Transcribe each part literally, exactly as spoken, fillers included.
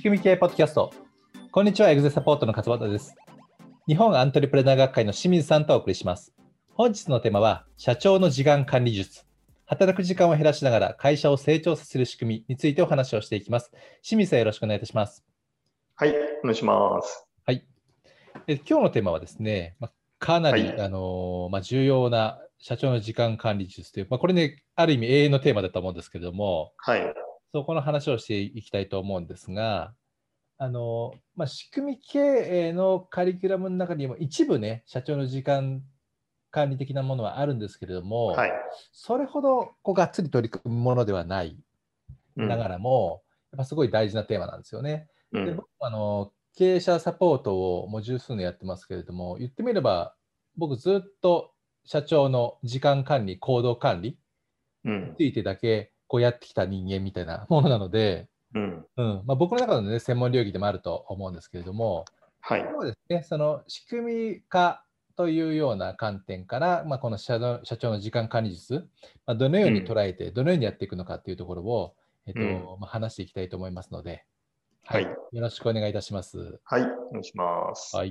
組み系ポッドキャスト。こんにちは、エグゼサポートの勝俣です。日本アントレプレナー学会の清水さんとお送りします。本日のテーマは、社長の時間管理術。働く時間を減らしながら会社を成長させる仕組みについてお話をしていきます。清水さん、よろしくお願いいたします。 はい、お願いします。 はい。え今日のテーマはですね、まあ、かなり、はい、あのまあ、重要な社長の時間管理術という、まあ、これね、ある意味永遠のテーマだと思うんですけれども、 はい、 そこの話をしていきたいと思うんですが、あのまあ、仕組み経営のカリキュラムの中にも一部ね、社長の時間管理的なものはあるんですけれども、 はい、 それほどこうがっつり取り組むものではないながらも、うん、やっぱすごい大事なテーマなんですよね。うん、で僕あの経営者サポートをもう十数年やってますけれども、言ってみれば僕ずっと社長の時間管理、行動管理についてだけこうやってきた人間みたいなものなので、うんうんまあ、僕の中の、ね、専門領域でもあると思うんですけれども、 はい、 そうですね、その仕組み化というような観点から、まあ、この社の社長の時間管理術、まあ、どのように捉えて、うん、どのようにやっていくのかというところを、えっとうんまあ、話していきたいと思いますので、はいはい、よろしくお願いいたします。 はい、お願いします。 はい、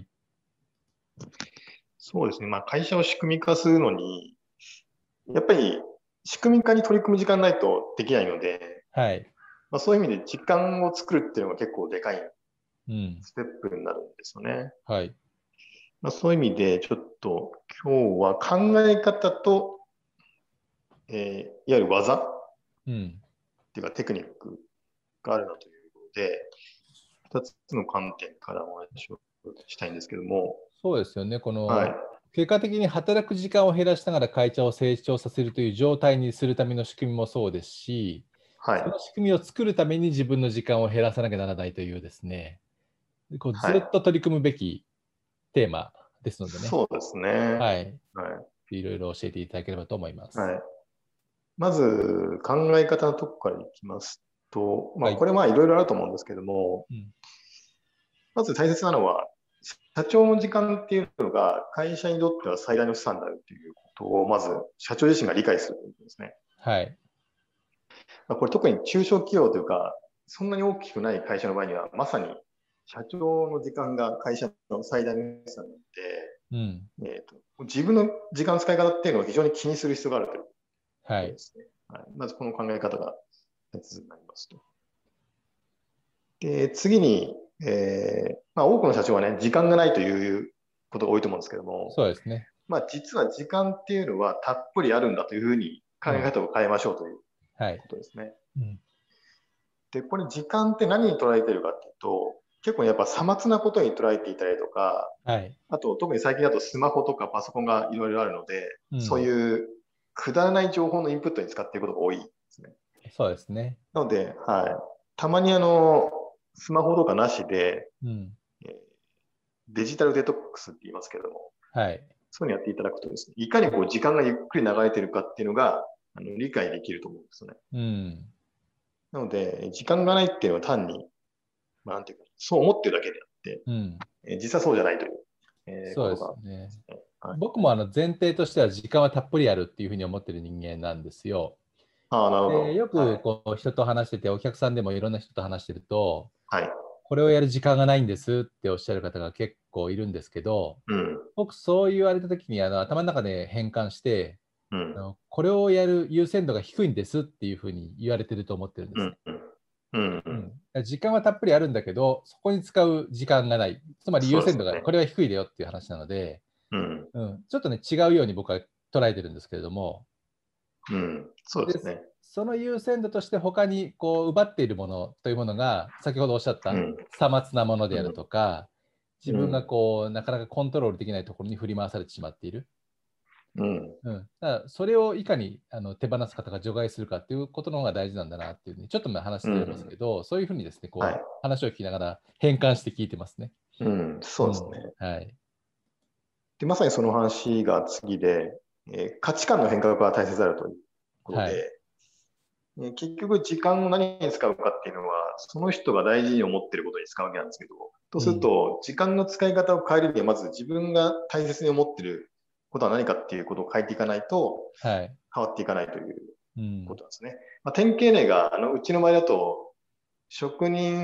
そうですね、まあ、会社を仕組み化するのに、やっぱり仕組み化に取り組む時間ないとできないので、 はいまあ、そういう意味で時間を作るっていうのが結構でかいステップになるんですよね。 うんはいまあ、そういう意味で、ちょっと今日は考え方と、えー、いわゆる技、うん、っていうかテクニックがあるなということで、ふたつの観点からお話をしたいんですけども。 そうですよね。この、はい、結果的に働く時間を減らしながら会社を成長させるという状態にするための仕組みもそうですし、はい、その仕組みを作るために自分の時間を減らさなきゃならないというですね、こうずっと取り組むべきテーマですのでね。はい、 そうですね。 はい。はい、いろいろ教えていただければと思います。 はい、まず考え方のとこからいきますと、まあ、これまあいろいろあると思うんですけども、はいうん、まず大切なのは、社長の時間っていうのが会社にとっては最大の資産であるということを、まず社長自身が理解するということですね。 はい。 これ特に中小企業というか、そんなに大きくない会社の場合には、まさに社長の時間が会社の最大の資産なので、うんえーと、自分の時間の使い方っていうのを非常に気にする必要があるということですね。はいはい、まずこの考え方が大切になりますと。で次に、えーまあ、多くの社長はね、時間がないということが多いと思うんですけども、 そうですね。 まあ、実は時間っていうのはたっぷりあるんだというふうに考え方を変えましょうということですね。はいうん、で、これ時間って何に捉えているかっていうと、結構やっぱさまつなことに捉えていたりとか、はい、あと特に最近だとスマホとかパソコンがいろいろあるので、うん、そういうくだらない情報のインプットに使っていることが多いですね。 そうですね。 なので、はい、たまにあの、スマホとかなしで、うんえー、デジタルデトックスって言いますけれども、はい、そういうのやっていただくとですね、いかにこう時間がゆっくり流れているかっていうのがあの理解できると思うんですよね。うんなので、時間がないっていうのは単に、まあ、なんていうか、そう思ってるだけであって、うんえー、実はそうじゃないという、えー、 そうですね。はい、僕もあの前提としては時間はたっぷりあるっていうふうに思ってる人間なんですよ。 あなるほどでよくこう人と話してて、お客さんでもいろんな人と話してると、はい、これをやる時間がないんですっておっしゃる方が結構いるんですけど、うん、僕そう言われた時にあの頭の中で変換して、うん、あのこれをやる優先度が低いんですっていうふうに言われてると思ってるんですね。うんうんうん、時間はたっぷりあるんだけど、そこに使う時間がない、つまり優先度がこれは低いだよっていう話なので、うんうん、ちょっとね違うように僕は捉えてるんですけれども、 うん、そうですね。 その優先度として他にこう奪っているものというものが先ほどおっしゃったさまつなものであるとか、自分がこうなかなかコントロールできないところに振り回されてしまっている。うんうん、だからそれをいかにあの手放す方が除外するかっていうことの方が大事なんだなっていうふうにちょっと話してますけど、うん、そういうふうにですねこう、はい、話を聞きながら変換して聞いてますね。 うん、そうですね。 うん、はい。 でまさにその話が次で、えー、価値観の変革が大切であるということで、はいえー、結局時間を何に使うかっていうのはその人が大事に思っていることに使うわけなんですけど、とすると、時間の使い方を変えるにはまず自分が大切に思っていることは何かっていうことを変えていかないと、はい、変わっていかないということなんですね。うんまあ、典型例があのうちの場合だと職人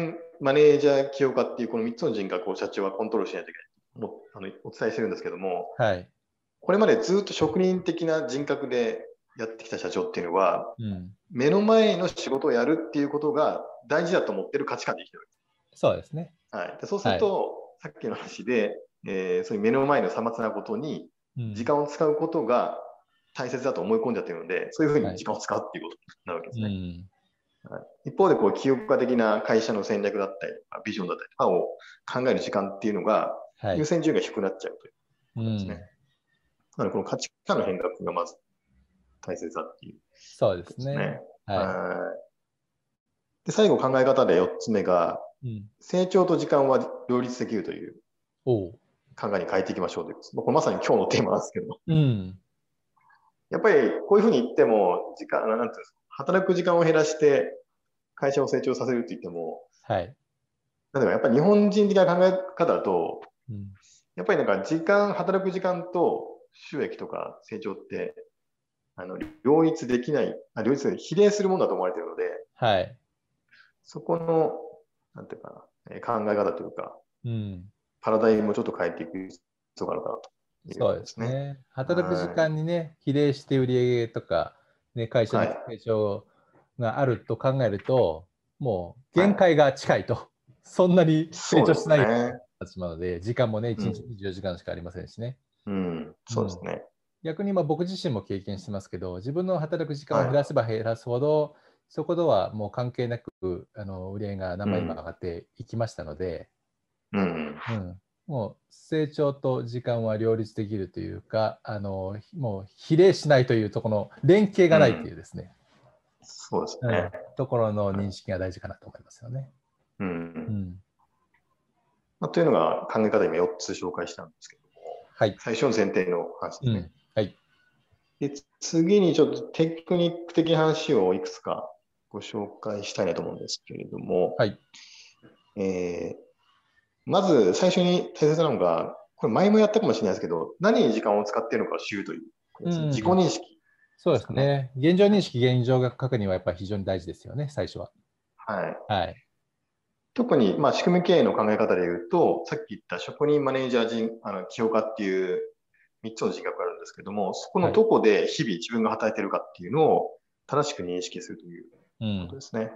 マネージャー、起業家っていうこのみっつの人格を社長はコントロールしないといけない。もあのお伝えしてるんですけども、 はい、 これまでずっと職人的な人格でやってきた社長っていうのは、 うん、 目の前の仕事をやるっていうことが大事だと思ってる価値観で生きてる。 そうですね。 はい、でそうすると、はい、さっきの話で、えー、そういう目の前のさまつなことに時間を使うことが大切だと思い込んじゃってるので、そういうふうに時間を使うっていうことになるわけですね。はい、うんはい、一方でこう、起業家的な会社の戦略だったり、ビジョンだったりとかを考える時間っていうのが、優先順位が低くなっちゃうということですね。なので、この価値観の変革がまず大切だっていう、ね。 そうですね。 はい、で最後考え方でよっつめが、うん、成長と時間は両立できるという考えに変えていきましょうという。これまさに今日のテーマなんですけど。うん、やっぱりこういうふうに言っても、時間、なんていうんですか、働く時間を減らして会社を成長させるって言っても、はい、例えばやっぱり日本人的な考え方だと、うん、やっぱりなんか時間、働く時間と収益とか成長って、あの両立できない、あ両立で比例するものだと思われているので、はい、そこの、なんていうかな、考え方というか、うん、パラダイムをちょっと変えていく必要があるかなというそうですね。働く時間にね、比例して売上とか、ね、会社の成長があると考えると、はい、もう限界が近いと、はい、そんなに成長しないようになってしまうので、時間もね、いちにちにじゅうよじかんしかありませんしね。 うん、うん、そうですね。 逆に今僕自身も経験してますけど、自分の働く時間を減らせば減らすほど、はい、そことはもう関係なくあの売上が何倍も上がっていきましたので、うんうん、もう成長と時間は両立できるというか、あのもう比例しないというところの連携がないというですね、 うん、そうですね、 うん、ところの認識が大事かなと思いますよね。 うんうんまあ、というのが考え方今よっつ紹介したんですけども、はい、最初の前提の話ですね。うんはい、で次にちょっとテクニック的な話をいくつかご紹介したいなと思うんですけれども、はいえー、まず最初に大切なのが、これ前もやったかもしれないですけど、何に時間を使っているのかを知るという、うん、自己認識、ね、 そうですね。現状認識、現状確認はやっぱり非常に大事ですよね、最初は。 はい。はい、特に、まあ、仕組み経営の考え方で言うと、さっき言った職人、マネージャー人、あの起業家っていうみっつの人格があるんですけども、そこのどこで日々自分が働いているかっていうのを正しく認識するということですね。うん、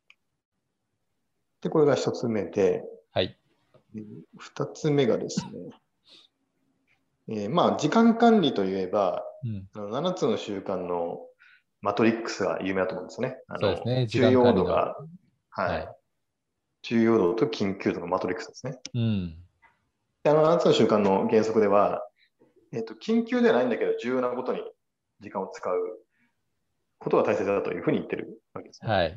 で、これが一つ目で、はい、二つ目がですね、えー、まあ、時間管理といえば、うん、あのななつの習慣のマトリックスが有名だと思うんですね。あのそうですね、重要度が、はい、はい、重要度と緊急度のマトリックスですね。うん、であのななつの習慣の原則では、えーと、緊急ではないんだけど、重要なことに時間を使うことが大切だというふうに言ってるわけですね。はい、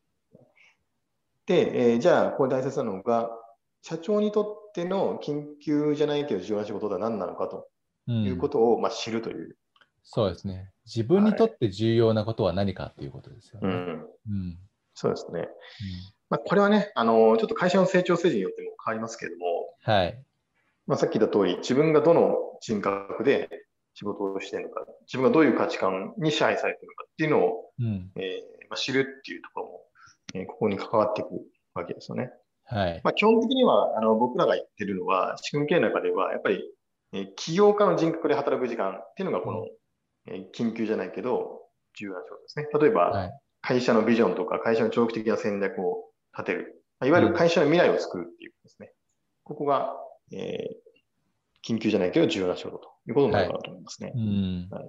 で、えー、じゃあ、これ大切なのが、社長にとっての緊急じゃないけど重要な仕事とは何なのかということを、うん、まあ、知るという。 そうですね。自分にとって重要なことは何かということですよね。はいうんうん、そうですね。うんまあ、これはね、あの、ちょっと会社の成長ステージによっても変わりますけれども、はいまあ、さっき言った通り、自分がどの人格で仕事をしているのか、自分がどういう価値観に支配されているのかっていうのを、うんえーまあ、知るっていうところも、えー、ここに関わっていくわけですよね。はいまあ、基本的にはあの僕らが言ってるのは、仕組み系の中では、やっぱり、えー、起業家の人格で働く時間っていうのが、この、うんえー、緊急じゃないけど、重要な仕事ですね。例えば、はい、会社のビジョンとか、会社の長期的な戦略を立てる。いわゆる会社の未来を作るっていうことですね。うん、ここが、えー、緊急じゃないけど重要な仕事ということになるかなと思いますね。はいうんはい、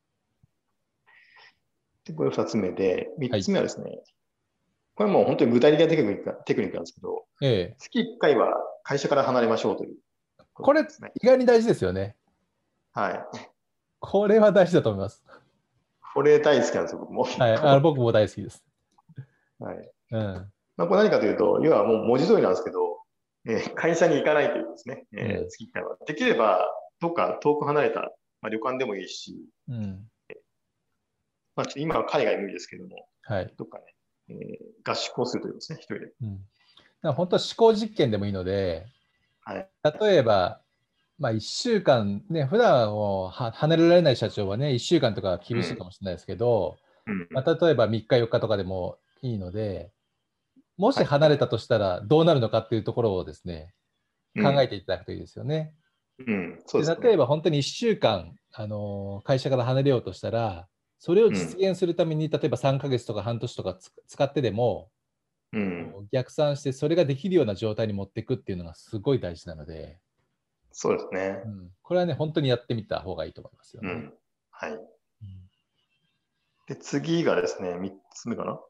でこれ二つ目で、三つ目はですね、はい、これもう本当に具体的なテクニックテクニックなんですけど、ええ、月いっかいは会社から離れましょうというこ、ね、これ、意外に大事ですよね。 はい。 これは大事だと思います。 これ大好きなんですよ、僕も。 はい、あ僕も大好きです。 はい。うんまあ、これ何かというと、要はもう文字通りなんですけど、えー、会社に行かないというですね、えー、月いっかいは。できれば、どっか遠く離れた、まあ、旅館でもいいし、うんまあ、今は海外無理ですけども、はい、どっかね、えー、合宿をするというですね、一人で。うん、だから本当は思考実験でもいいので、はい、例えば、まあ、いっしゅうかん、ね、普段をは離れられない社長はね、いっしゅうかんとか厳しいかもしれないですけど、うんまあ、例えばみっかよっかとかでもいいので、 もし離れたとしたらどうなるのかっていうところをですね、はい、考えていただくといいですよね。 うんうん、そうですね。 で例えば本当にいっしゅうかん、あの会社から離れようとしたら、それを実現するために、うん、例えばさんかげつとか半年とか使ってでも、うん、逆算してそれができるような状態に持っていくっていうのがすごい大事なので、 そうですね、 うん、これはね本当にやってみた方がいいと思いますよね。うん、 はい、うん、で次がですねみっつめかな、はい、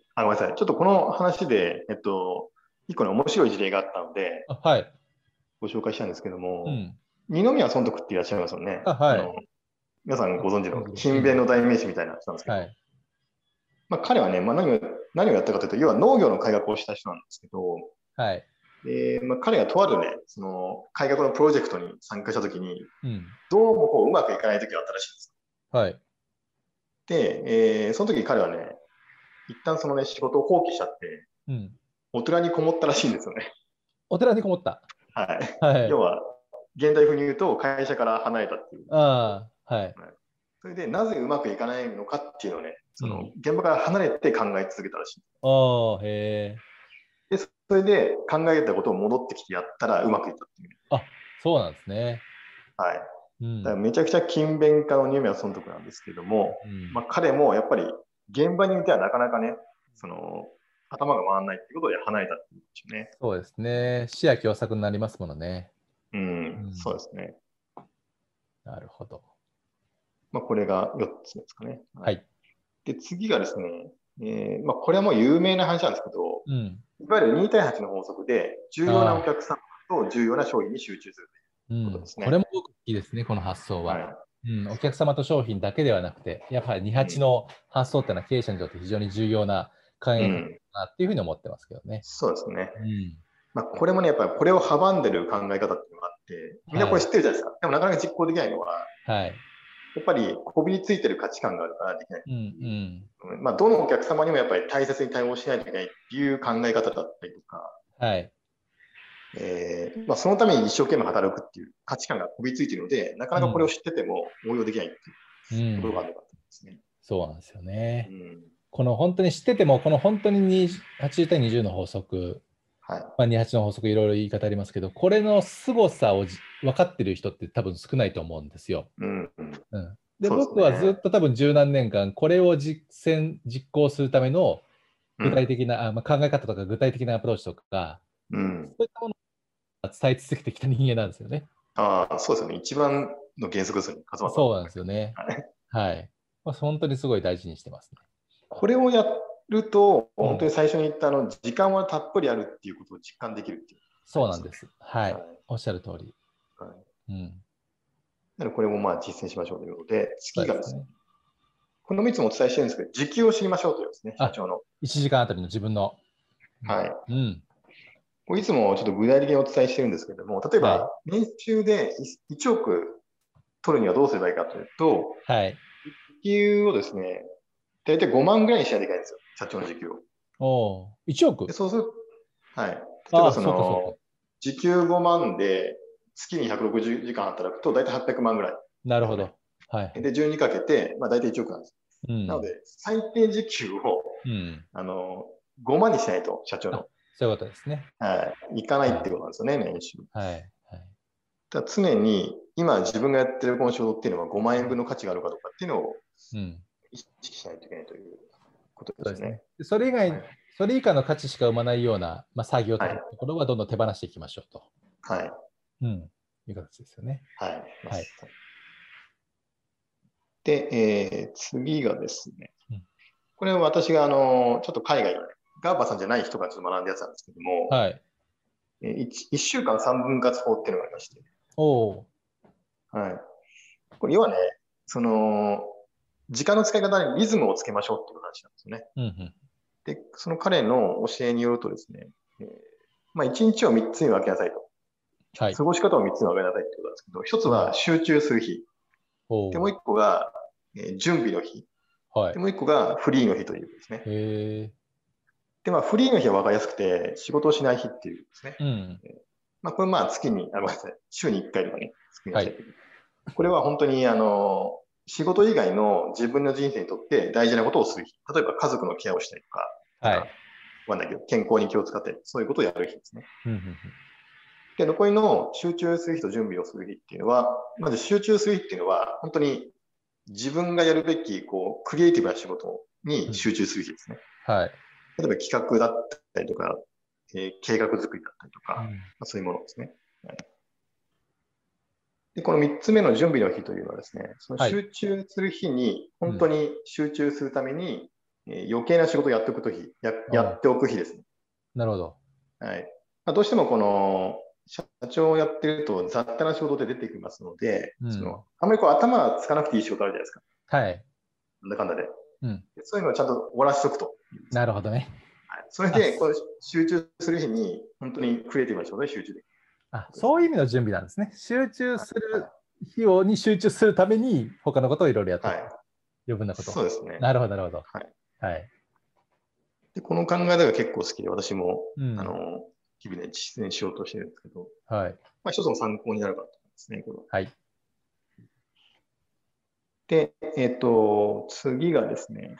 あごめんなさい、ちょっとこの話で、えっと、いっこの面白い事例があったので、 あ、はい、 ご紹介したんですけども、うん、二宮尊徳っていらっしゃいますよね。 あ、はい、 あの皆さんご存知の勤勉の代名詞みたいな人なんですけど、はい、まあ、彼はね、まあ、何を何をやったかというと、要は農業の改革をした人なんですけど、 はい、 でまあ、彼がとあるね、その改革のプロジェクトに参加したときに、うん、どうもこううまくいかないときがあったらしいんです。 はい。 で、えー、その時彼はね、一旦そのね、仕事を放棄しちゃって、うん、お寺にこもったらしいんですよね。 お寺にこもった。 はい。はい、要は、現代風に言うと、会社から離れたっていう。 ああ、はい。はい、 それで、なぜうまくいかないのかっていうのをね、その、現場から離れて考え続けたらしい。 うん、ああ、へえ。で、それで考えたことを戻ってきてやったらうまくいったっていう。 あ、そうなんですね。 はい。うん、だからめちゃくちゃ勤勉家の二宮尊徳なんですけども、うん、まあ、彼もやっぱり現場にいてはなかなかね、その頭が回らないっていうことで離れたっていうんですよね。 そうですね。視野狭窄になりますものね。 うん、うん、そうですね。 なるほど。 まあ、これがよっつめですかね。 はい。 で、次がですね、えーまあ、これはもう有名な話なんですけど、うん、いわゆるに対はちの法則で、重要なお客様と重要な商品に集中するということですね。 うん、これも僕好きですね、この発想は。はい、うん、お客様と商品だけではなくて、やっぱりにはちの発想っていうのは経営者にとって非常に重要な考え方だなっていうふうに思ってますけどね。うん、 そうですね。うんまあ、これもね、やっぱりこれを阻んでる考え方っていうのがあって、みんなこれ知ってるじゃないですか。はい、でもなかなか実行できないのは、はい、やっぱりこびりついてる価値観があるからできない。うんうんまあ、どのお客様にもやっぱり大切に対応しないといけないっていう考え方だったりとか、はいえーまあ、そのために一生懸命働くっていう価値観がこびりついているので、なかなかこれを知ってても応用できないっていうことがあるかと思いますね。 うん、そうなんですよね。うんこの本当に知ってても、この本当にはちじゅう対にじゅうの法則、はいまあ、にじゅうはちの法則、いろいろ言い方ありますけど、これの凄さを分かってる人って多分少ないと思うんですよ。うんうん、で、僕はずっと多分十何年間、これを実践、実行するための具体的な、うんあまあ、考え方とか具体的なアプローチとか、うん、そういったものを伝え続けてきた人間なんですよね。 ああ、そうですよね。一番の原則ですよね。 そうなんですよね。はい。まあ、本当にすごい大事にしてますね。 これをやると、本当に最初に言ったあの時間はたっぷりあるっていうことを実感できるっていう。 そうなんです。はい。はい、おっしゃる通り。はい。うん。 なのでこれもまあ実践しましょうということで、次がですね、このみっつもお伝えしてるんですけど、時給を知りましょうというですね、社長の。 いちじかんあたりの自分の。 はい。うん。これいつもちょっと具体的にお伝えしてるんですけれども、例えば年収でいちおく取るにはどうすればいいかというと、はい。時給をですね、大体ごまんぐらいにしないといけないんですよ、社長の時給を。 おいちおくでそうすると、はい。例えばその、時給ごまんで月にひゃくろくじゅうじかん働くと大体はっぴゃくまんぐらい、ね。 なるほど。はい。 で、じゅうにかけて、まあ大体いちおくなんです。うん、なので、最低時給を、うん、あの、ごまんにしないと、社長の。 そういうことですね。 はい。いかないってことなんですよね、はい、年収。 はい。はい。 だ常に、今自分がやってるこの仕事っていうのはごまんえんぶんの価値があるかどうかっていうのを意識しないといけないということですね。そうですね。 それ以外、はい、それ以下の価値しか生まないような、まあ、作業というところはどんどん手放していきましょうと。 はい。 うん。いう形ですよね。 はい。はい。で、えー、次がですね、うん、これは私があのちょっと海外の、ね、ガーバさんじゃない人がちょっと学んだやつなんですけども、はい、えー、1, いっしゅうかんさんぶん割法っていうのがありまして、おはい、これ要はね、その時間の使い方にリズムをつけましょうっていう話なんですよね。うんうん、で、その彼の教えによるとですね、えーまあ、いちにちをみっつに分けなさいと。はい、過ごし方をみっつに分けなさいってことなんですけど、ひとつは集中する日。で、もういっこが、えー、準備の日。はい、で、もういっこがフリーの日ということですね。へで、まあ、フリーの日は分かりやすくて、仕事をしない日っていうですね。うんえーまあ、これまあ月に、あ、ごめんなさい、週にいっかいとかね、作りなさいという。はい、これは本当に、あの、仕事以外の自分の人生にとって大事なことをする日。例えば家族のケアをしたりとか、はい、 わかんないけど、健康に気を使って、そういうことをやる日ですね。で、残りの集中する日と準備をする日っていうのは、まず集中する日っていうのは、本当に自分がやるべき、こう、クリエイティブな仕事に集中する日ですね。 うん、はい。 例えば企画だったりとか、えー、計画作りだったりとか、うん、まあ、そういうものですね。はい、で、このみっつめの準備の日というのはですね、その集中する日に、本当に集中するために、うん、えー、余計な仕事をやっておくと日や、やっておく日ですね。 なるほど。 はい。まあ、どうしてもこの、社長をやってると雑多な仕事で出てきますので、うん、そのあんまりこう頭がつかなくていい仕事あるじゃないですか。 はい。 なんだかんだで。うん、そういうのをちゃんと終わらせておくと。 なるほどね。 はい、それでこう集中する日に、本当にクリエイティブな仕事で集中できる。 あ、そういう意味の準備なんですね。集中する日をに集中するために、他のことをいろいろやってる。はい、余分なこと。 そうですね。 なるほど、なるほど。 はい。 はい、 でこの考え方が結構好きで、私も、うん、あの日々ね、実践しようとしてるんですけど、はい。まあ、一つの参考になるかと思いますね、これは。 はい。 で、えっと、次がですね、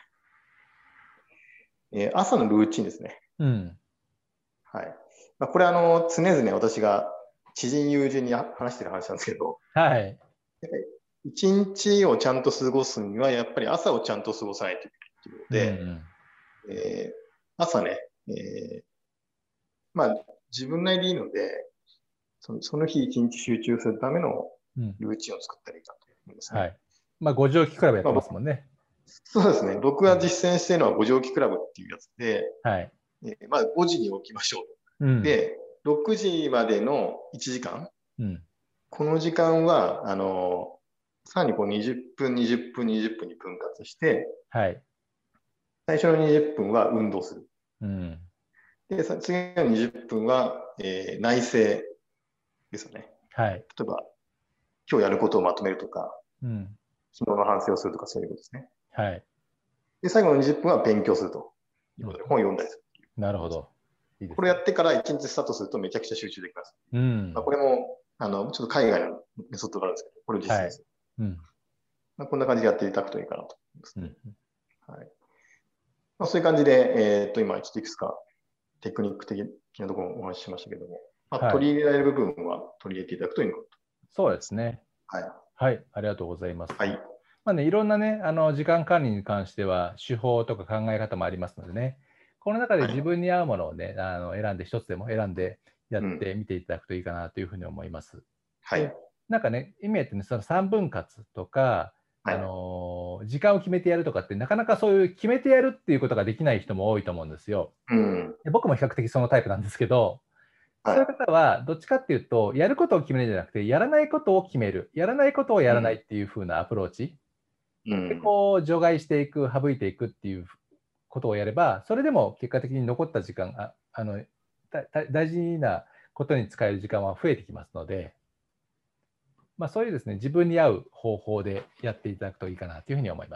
えー、朝のルーチンですね。 うん。 はい。まあ、これあの、常々私が知人、友人に話してる話なんですけど、 はい。 一日をちゃんと過ごすには、やっぱり朝をちゃんと過ごさないといけないということで、うんうん、えー、朝ね、えー、まあ、自分なりでいいので、その、その日一日集中するためのルーチンを作ったらいいかと思いますね。 うん、はい。まあ、五条記クラブやってますもんね。 まあ、そうですね。僕が実践しているのは五条記クラブっていうやつで、 はい。 えー、まあ、ごじに起きましょうと。うん、で、ろくじまでのいちじかん、うん、この時間は、あの、さらにこうにじゅっぷん、にじゅっぷん、にじゅっぷんに分割して、はい、最初のにじゅっぷんは運動する。うん、で、次のにじゅっぷんは、えー、内省ですよね。はい、例えば、今日やることをまとめるとか、うん、昨日の反省をするとか、そういうことですね。はい、で、最後のにじゅっぷんは勉強するということで、うん、本を読んだりする。 なるほど。 いいですね、これやってからいちにちスタートするとめちゃくちゃ集中できます。うん、まあ、これもあのちょっと海外のメソッドがあるんですけど、これを実践する。はい、うん、まあ、こんな感じでやっていただくといいかなと思いますね。うん、はい、まあ、そういう感じで、えー、っと今ちょっといくつかテクニック的なところをお話ししましたけども、まあ、取り入れられる部分は取り入れていただくといいのかと。 そうですね。はい。はい、ありがとうございます。はい。まあね、いろんなね、あの時間管理に関しては手法とか考え方もありますのでね、この中で自分に合うものをね、はい、あの選んで、一つでも選んでやってみていただくといいかなというふうに思います。うん、はい。なんかね、意味ってね、そのさんぶん割とか、はい、あの時間を決めてやるとかって、なかなかそういう決めてやるっていうことができない人も多いと思うんですよ。うん、で僕も比較的そのタイプなんですけど、はい、そういう方はどっちかっていうと、やることを決めるんじゃなくて、やらないことを決める、やらないことをやらないっていうふうなアプローチ、うん、でこう除外していく、省いていくっていうことをやれば、それでも結果的に残った時間、ああの大事なことに使える時間は増えてきますので、まあ、そういうですね、自分に合う方法でやっていただくといいかなというふうに思います。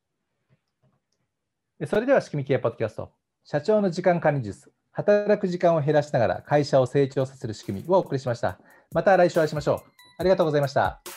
でそれでは、仕組み系ポッドキャスト、社長の時間管理術、働く時間を減らしながら会社を成長させる仕組みをお送りしました。また来週お会いしましょう。ありがとうございました。